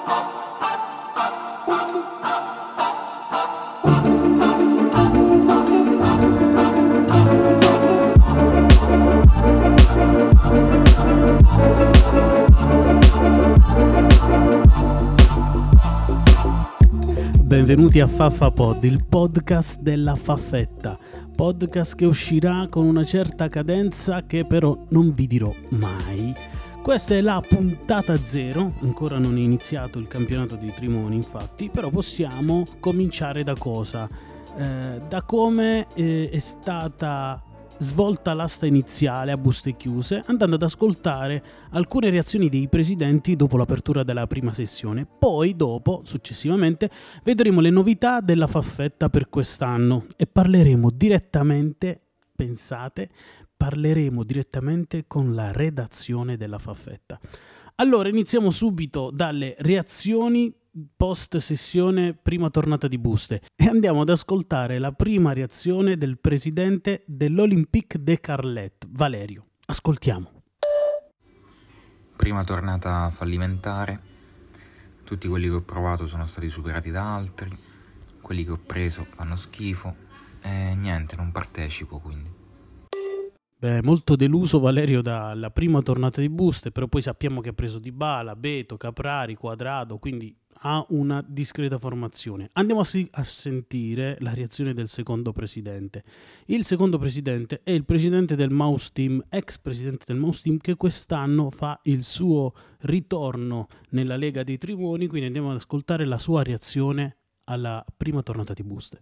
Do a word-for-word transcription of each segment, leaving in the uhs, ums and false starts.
Benvenuti a FaffaPod, il podcast della Faffetta, podcast che uscirà con una certa cadenza che però non vi dirò mai. Questa è la puntata zero, ancora non è iniziato il campionato di Trimoni infatti, però possiamo cominciare da cosa? Eh, da come eh, è stata svolta l'asta iniziale a buste chiuse, andando ad ascoltare alcune reazioni dei presidenti dopo l'apertura della prima sessione. Poi, dopo, successivamente, vedremo le novità della Faffetta per quest'anno e parleremo direttamente, pensate, parleremo direttamente con la redazione della Faffetta. Allora, iniziamo subito dalle reazioni post sessione prima tornata di buste e andiamo ad ascoltare la prima reazione del presidente dell'Olympique de Carlet, Valerio. Ascoltiamo. Prima tornata fallimentare, tutti quelli che ho provato sono stati superati da altri, quelli che ho preso fanno schifo e niente, non partecipo quindi. Beh, molto deluso Valerio dalla prima tornata di buste, però poi sappiamo che ha preso Dybala, Beto, Caprari, Quadrado, quindi ha una discreta formazione. Andiamo a, si- a sentire la reazione del secondo presidente. Il secondo presidente è il presidente del Mouse Team, ex presidente del Mouse Team, che quest'anno fa il suo ritorno nella Lega dei Trimoni, quindi andiamo ad ascoltare la sua reazione alla prima tornata di buste.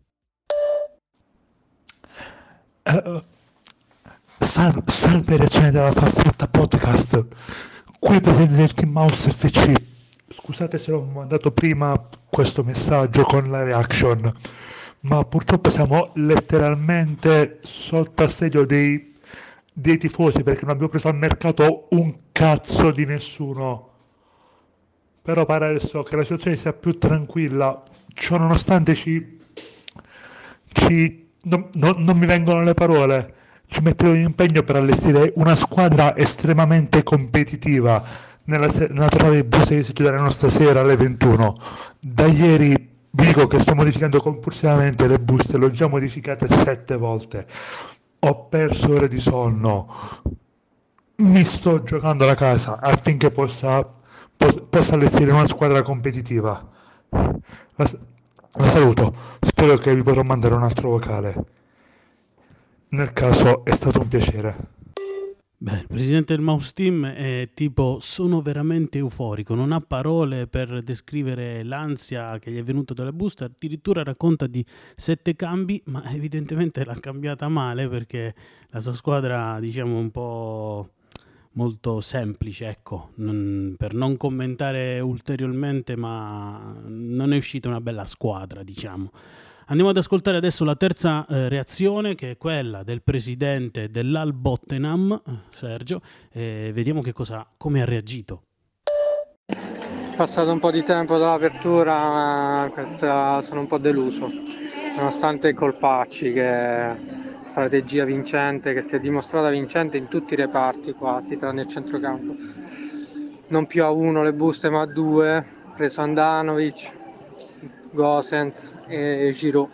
Uh, salve, salve reazione della Faffetta Podcast, qui presidente del Team Mouse F C. Scusate se ho mandato prima questo messaggio con la reaction, ma purtroppo siamo letteralmente sotto assedio dei, dei tifosi perché non abbiamo preso al mercato un cazzo di nessuno. Però pare adesso che la situazione sia più tranquilla, ciò nonostante ci, ci non, non, non mi vengono le parole, ci metterò in impegno per allestire una squadra estremamente competitiva nella, nella tornata di buste che si chiuderà stasera alle ventuno. Da ieri vi dico che sto modificando compulsivamente le buste, le ho già modificate sette volte, ho perso ore di sonno, mi sto giocando la casa affinché possa, possa, possa allestire una squadra competitiva. La, la saluto, spero che vi potrò mandare un altro vocale, nel caso è stato un piacere. Beh, il presidente del Mouse Team è tipo, sono veramente euforico, non ha parole per descrivere l'ansia che gli è venuta dalle buste, addirittura racconta di sette cambi, ma evidentemente l'ha cambiata male perché la sua squadra, diciamo, un po' molto semplice, ecco, non, per non commentare ulteriormente, ma non è uscita una bella squadra, diciamo. Andiamo ad ascoltare adesso la terza eh, reazione, che è quella del presidente dell'Al Bottenham, Sergio, e vediamo che cosa, come ha reagito. È passato un po' di tempo dall'apertura, ma questa, sono un po' deluso, nonostante i colpacci, che strategia vincente, che si è dimostrata vincente in tutti i reparti quasi, tranne il centrocampo. Non più a uno le buste, ma a due, preso Andanovic, Gosens e Giroud,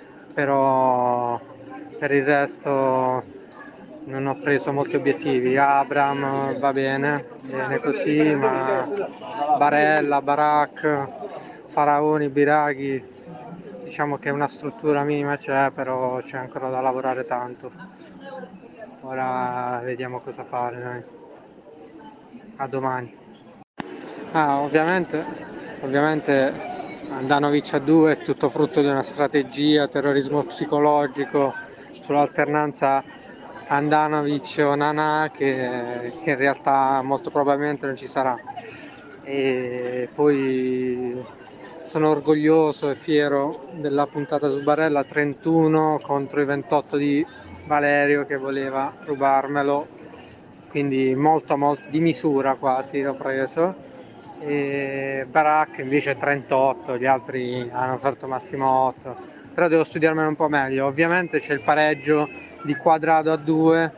però per il resto non ho preso molti obiettivi. Abraham va bene, bene così, ma Barella, Barak, Faraoni, Biraghi, diciamo che una struttura minima c'è, però c'è ancora da lavorare tanto. Ora vediamo cosa fare, dai. A domani. Ah, ovviamente, ovviamente Andanovic a due è tutto frutto di una strategia, terrorismo psicologico sull'alternanza Andanovic o Nanà che, che in realtà molto probabilmente non ci sarà. E poi sono orgoglioso e fiero della puntata su Barella, trentuno contro i ventotto di Valerio che voleva rubarmelo, quindi molto, molto di misura quasi l'ho preso. E Barak invece trentotto, gli altri hanno fatto massimo otto, però devo studiarmelo un po' meglio. Ovviamente c'è il pareggio di Quadrado a due,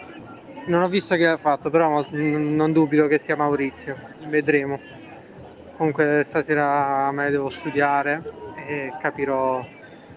non ho visto chi l'ha fatto, però non dubito che sia Maurizio, vedremo. Comunque stasera me le devo studiare e capirò,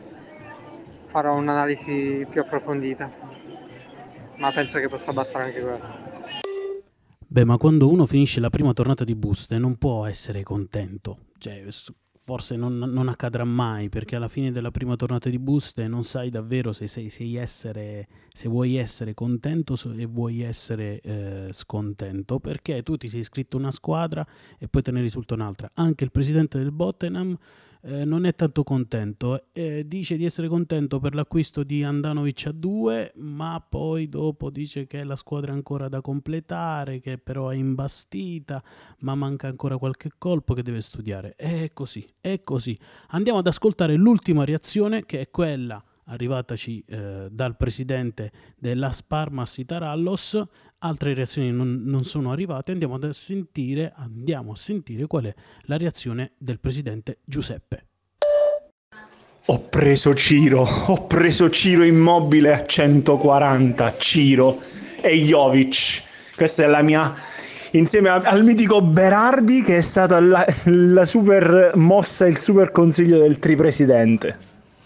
farò un'analisi più approfondita, ma penso che possa bastare anche questo. Beh, ma quando uno finisce la prima tornata di buste non può essere contento, cioè forse non, non accadrà mai, perché alla fine della prima tornata di buste non sai davvero se, sei, sei essere, se vuoi essere contento e vuoi essere eh, scontento, perché tu ti sei iscritto a una squadra e poi te ne risulta un'altra. Anche il presidente del Bottenham eh, non è tanto contento, eh, dice di essere contento per l'acquisto di Handanovic a due, ma poi dopo dice che la squadra è ancora da completare, che però è imbastita, ma manca ancora qualche colpo che deve studiare. È così, è così. Andiamo ad ascoltare l'ultima reazione, che è quella arrivataci eh, dal presidente dell'As Parmas Tarallos. Altre reazioni non, non sono arrivate. Andiamo a sentire, andiamo a sentire qual è la reazione del presidente Giuseppe. Ho preso Ciro, ho preso Ciro Immobile a centoquaranta, Ciro e Jovic. Questa è la mia, insieme al mitico Berardi, che è stata la, la super mossa, il super consiglio del tripresidente.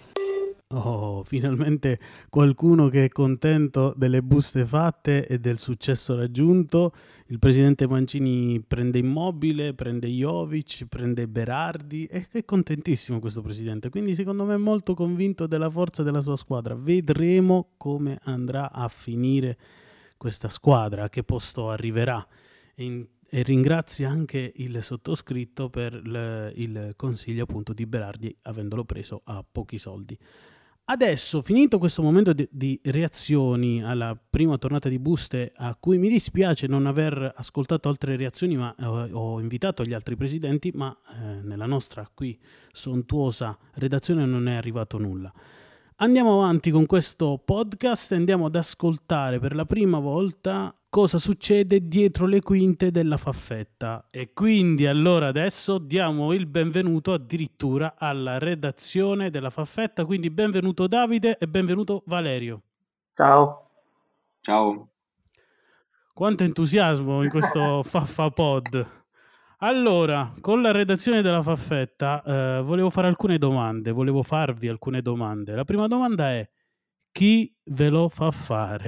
Oh, finalmente qualcuno che è contento delle buste fatte e del successo raggiunto. Il presidente Mancini prende Immobile, prende Jovic, prende Berardi, e è contentissimo questo presidente, quindi secondo me è molto convinto della forza della sua squadra. Vedremo come andrà a finire questa squadra, a che posto arriverà. In E ringrazia anche il sottoscritto per l- il consiglio appunto di Berardi, avendolo preso a pochi soldi. Adesso, finito questo momento di, di reazioni alla prima tornata di buste, a cui mi dispiace non aver ascoltato altre reazioni, ma eh, ho invitato gli altri presidenti, ma eh, nella nostra qui sontuosa redazione non è arrivato nulla. Andiamo avanti con questo podcast e andiamo ad ascoltare per la prima volta cosa succede dietro le quinte della Faffetta. E quindi allora adesso diamo il benvenuto addirittura alla redazione della Faffetta. Quindi benvenuto Davide e benvenuto Valerio. Ciao. Ciao. Quanto entusiasmo in questo Faffapod. Allora, con la redazione della Faffetta eh, volevo fare alcune domande, volevo farvi alcune domande. La prima domanda è: chi ve lo fa fare?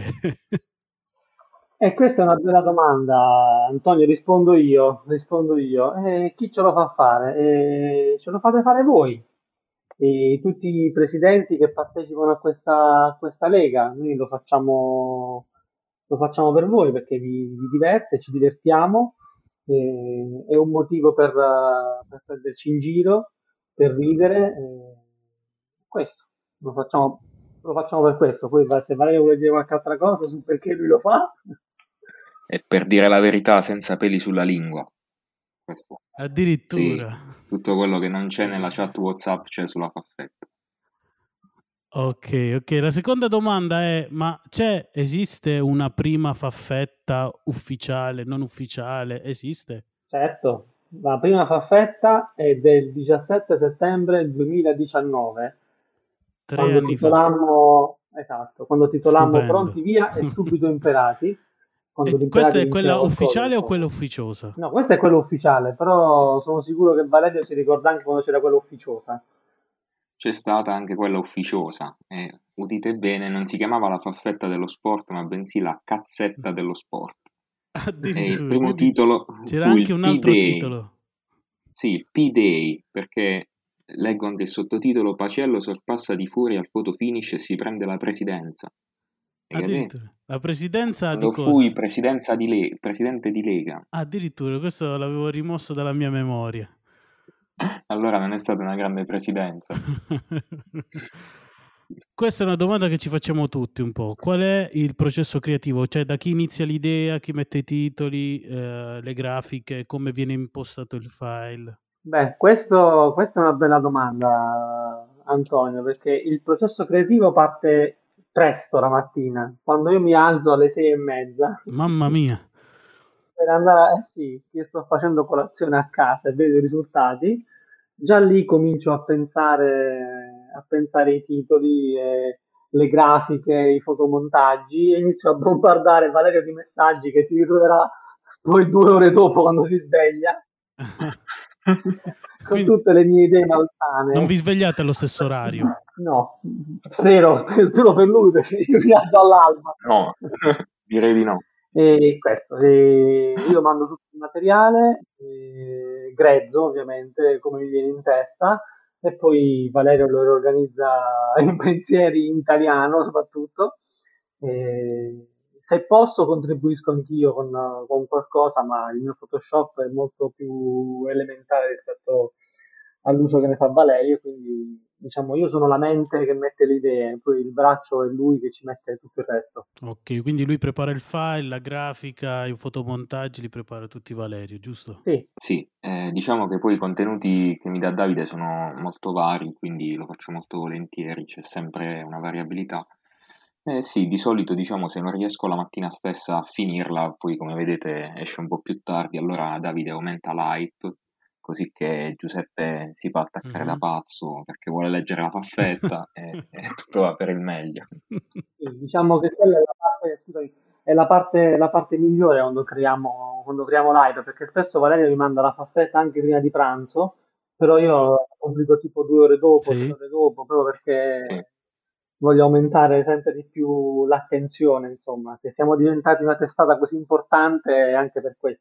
E questa è una bella domanda, Antonio, rispondo io, rispondo io. E chi ce lo fa fare? E ce lo fate fare voi, e tutti i presidenti che partecipano a questa, a questa lega. Noi lo facciamo, lo facciamo per voi perché vi, vi diverte, ci divertiamo, e- è un motivo per, eh, per prenderci in giro, per ridere. e questo, lo facciamo, lo facciamo per questo. Poi va- se Valerio vuole dire qualche altra cosa su perché lui lo fa. E per dire la verità, senza peli sulla lingua. Questo. Addirittura. Sì, tutto quello che non c'è nella chat WhatsApp c'è sulla Faffetta. Ok, ok. La seconda domanda è: ma c'è, esiste una prima Faffetta ufficiale, non ufficiale? Esiste? Certo, la prima Faffetta è del diciassette settembre duemiladiciannove, Tre quando anni fa. titolammo, esatto, quando titolammo Stupendo. Pronti via e subito imperati. Quando E l'Imperati questa è quella vinceva col ufficiale Covid, o quella ufficiosa? No, questa è quella ufficiale, però sono sicuro che Valerio si ricorda anche quando c'era quella ufficiosa. C'è stata anche quella ufficiosa e, udite bene, non si chiamava la Faffetta dello sport, ma bensì la Cazzetta dello sport. E il Addirittura. primo Quindi titolo c'era fu anche il un altro P-Day. titolo. Sì, il P-Day, perché leggo anche il sottotitolo: Paciello sorpassa di furia al photo finish e si prende la presidenza. Hai capito? Addirittura. La presidenza Quando di cosa? fui presidenza di Le- presidente di Lega. Addirittura, questo l'avevo rimosso dalla mia memoria. Allora non è stata una grande presidenza. Questa è una domanda che ci facciamo tutti un po'. Qual è il processo creativo? Cioè, da chi inizia l'idea, chi mette i titoli, eh, le grafiche, come viene impostato il file? Beh, questo, questa è una bella domanda, Antonio, perché il processo creativo parte presto la mattina, quando io mi alzo alle sei e mezza. Mamma mia. Per andare, eh sì, io sto facendo colazione a casa e vedo i risultati, già lì comincio a pensare, a pensare i titoli, eh, le grafiche, i fotomontaggi, e inizio a bombardare Valerio di messaggi che si ritroverà poi due ore dopo quando si sveglia. con tutte le mie idee malsane. Non vi svegliate allo stesso orario? No, spero, spero per lui, perché io rialzo all'alba. No, direi di no. E questo, e io mando tutto il materiale, eh, grezzo ovviamente, come mi viene in testa, e poi Valerio lo riorganizza in pensieri in italiano soprattutto. E se posso contribuisco anch'io con, con qualcosa, ma il mio Photoshop è molto più elementare rispetto all'uso che ne fa Valerio, quindi diciamo io sono la mente che mette le idee, poi il braccio è lui che ci mette tutto il resto. Ok, quindi lui prepara il file, la grafica, i fotomontaggi li prepara tutti Valerio, giusto? Sì. Sì, eh, diciamo che poi i contenuti che mi dà Davide sono molto vari, quindi lo faccio molto volentieri, c'è sempre una variabilità. Eh sì, di solito diciamo se non riesco la mattina stessa a finirla, poi come vedete esce un po' più tardi, allora Davide aumenta l'hype, così che Giuseppe si fa attaccare Mhm. da pazzo perché vuole leggere la faffetta e, e tutto va per il meglio. Sì, diciamo che quella è la parte, scusami, è la parte, la parte migliore quando creiamo, quando creiamo l'hype, perché spesso Valerio mi manda la faffetta anche prima di pranzo, però io la pubblico tipo due ore dopo, tre Sì. ore dopo, proprio perché Sì. voglio aumentare sempre di più l'attenzione, insomma, se siamo diventati una testata così importante è anche per questo.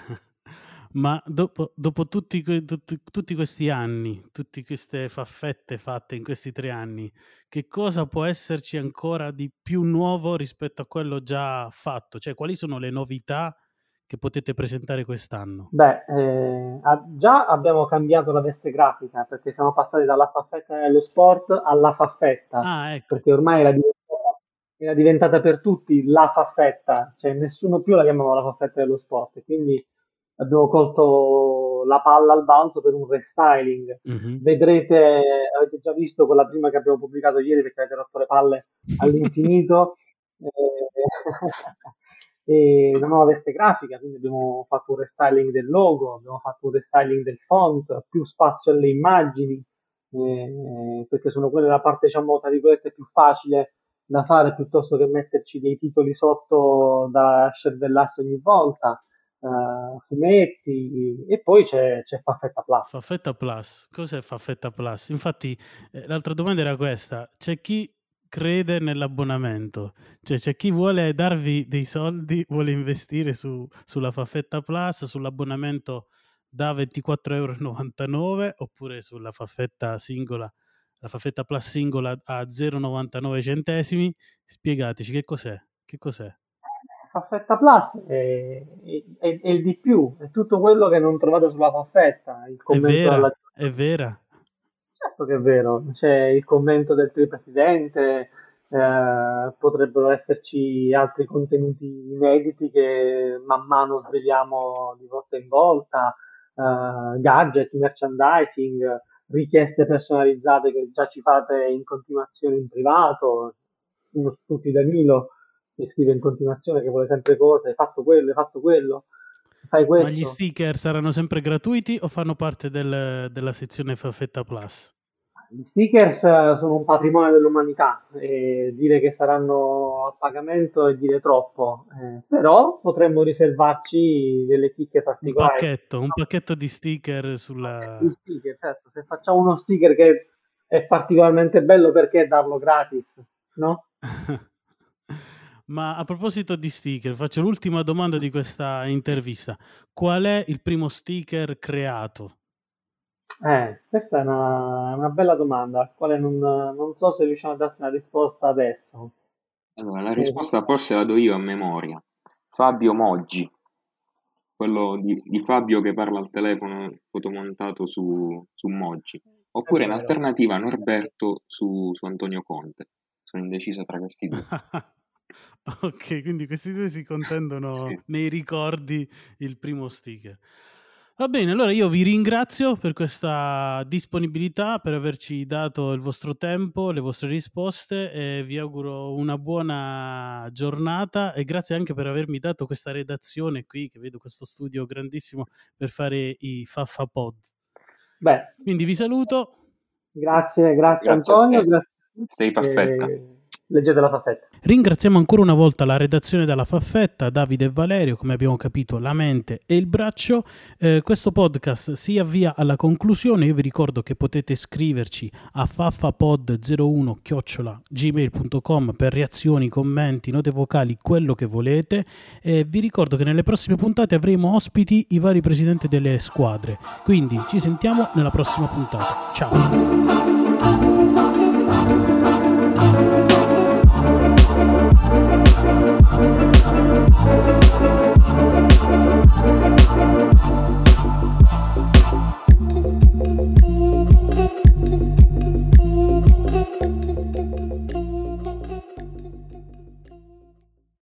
Ma dopo, dopo tutti, que- tutti, tutti questi anni, tutte queste faffette fatte in questi tre anni, che cosa può esserci ancora di più nuovo rispetto a quello già fatto? Cioè, quali sono le novità che potete presentare quest'anno? Beh, eh, ah, già abbiamo cambiato la veste grafica perché siamo passati dalla faffetta dello sport alla faffetta, Ah, ecco. perché ormai era diventata, era diventata per tutti la faffetta, cioè nessuno più la chiamava la faffetta dello sport, quindi abbiamo colto la palla al balzo per un restyling. Mhm. Vedrete, avete già visto quella prima che abbiamo pubblicato ieri perché avete rotto le palle all'infinito. E una nuova veste grafica, quindi abbiamo fatto un restyling del logo, abbiamo fatto un restyling del font, più spazio alle immagini, eh, perché sono quelle la parte, diciamo, tra virgolette, più facile da fare piuttosto che metterci dei titoli sotto da scervellarsi ogni volta, eh, fumetti, e poi c'è, c'è Faffetta Plus. Faffetta Plus, cos'è Faffetta Plus? Infatti, eh, l'altra domanda era questa: c'è chi crede nell'abbonamento, cioè c'è chi vuole darvi dei soldi, vuole investire su, sulla Faffetta Plus, sull'abbonamento da ventiquattro e novantanove euro oppure sulla Faffetta singola, la Faffetta Plus singola a zero virgola novantanove centesimi. Spiegateci che cos'è, che cos'è? Faffetta Plus è, è- è il di più, è tutto quello che non trovate sulla Faffetta, il È commento vera, della... è vera. Certo che è vero, c'è il commento del presidente, eh, potrebbero esserci altri contenuti inediti che man mano sveliamo di volta in volta, eh, gadget, merchandising, richieste personalizzate che già ci fate in continuazione in privato, uno su tutti Danilo mi scrive in continuazione che vuole sempre cose, hai fatto quello, hai fatto quello, fai Ma gli questo. sticker saranno sempre gratuiti o fanno parte del- della sezione Faffetta Plus? Gli stickers eh, sono un patrimonio dell'umanità e dire che saranno a pagamento è dire troppo, eh, però potremmo riservarci delle chicche Un particolari. pacchetto, un pacchetto di sticker sulla... Gli sticker, certo, se facciamo uno sticker che è particolarmente bello, perché darlo gratis, no? Ma a proposito di sticker, faccio l'ultima domanda di questa intervista. Qual è il primo sticker creato? Eh, questa è una, una bella domanda, al quale non, non so se riusciamo a darti una risposta adesso. Allora, la Eh, risposta forse la do io a memoria. Fabio Moggi, quello di, di Fabio che parla al telefono fotomontato su, su Moggi. Oppure in vero. alternativa Norberto su, su Antonio Conte. Sono indeciso tra questi due. Ok, quindi questi due si contendono Sì. nei ricordi il primo sticker. Va bene, allora io vi ringrazio per questa disponibilità, per averci dato il vostro tempo, le vostre risposte e vi auguro una buona giornata e grazie anche per avermi dato questa redazione qui, che vedo questo studio grandissimo per fare i Faffa Pod. Beh, Quindi vi saluto. grazie, grazie, Grazie a Antonio, te. grazie a tutti. Stai faffetta. Eh, leggete la Faffetta. Ringraziamo ancora una volta la redazione della Faffetta, Davide e Valerio, come abbiamo capito la mente e il braccio. Eh, questo podcast si avvia alla conclusione. Io vi ricordo che potete scriverci a faffapod zero uno chiocciola gmail punto com per reazioni, commenti, note vocali, quello che volete. E vi ricordo che nelle prossime puntate avremo ospiti i vari presidenti delle squadre, quindi ci sentiamo nella prossima puntata. Ciao.